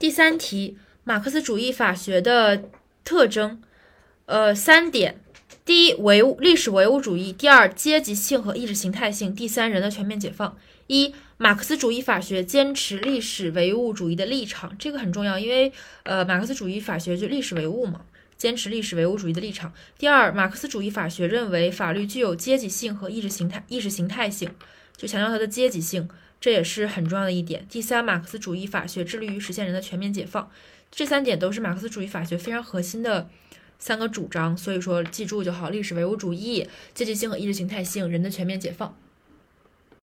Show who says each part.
Speaker 1: 第三题，马克思主义法学的特征，3点：第一，历史唯物主义；第二，阶级性和意识形态性；第三，人的全面解放。一，马克思主义法学坚持历史唯物主义的立场，这个很重要，因为马克思主义法学就历史唯物嘛，坚持历史唯物主义的立场。第二，马克思主义法学认为法律具有阶级性和意识形态性，就强调它的阶级性，这也是很重要的一点。第三，马克思主义法学致力于实现人的全面解放，这3点都是马克思主义法学非常核心的3个主张，所以说记住就好：历史唯物主义、阶级性和意识形态性、人的全面解放。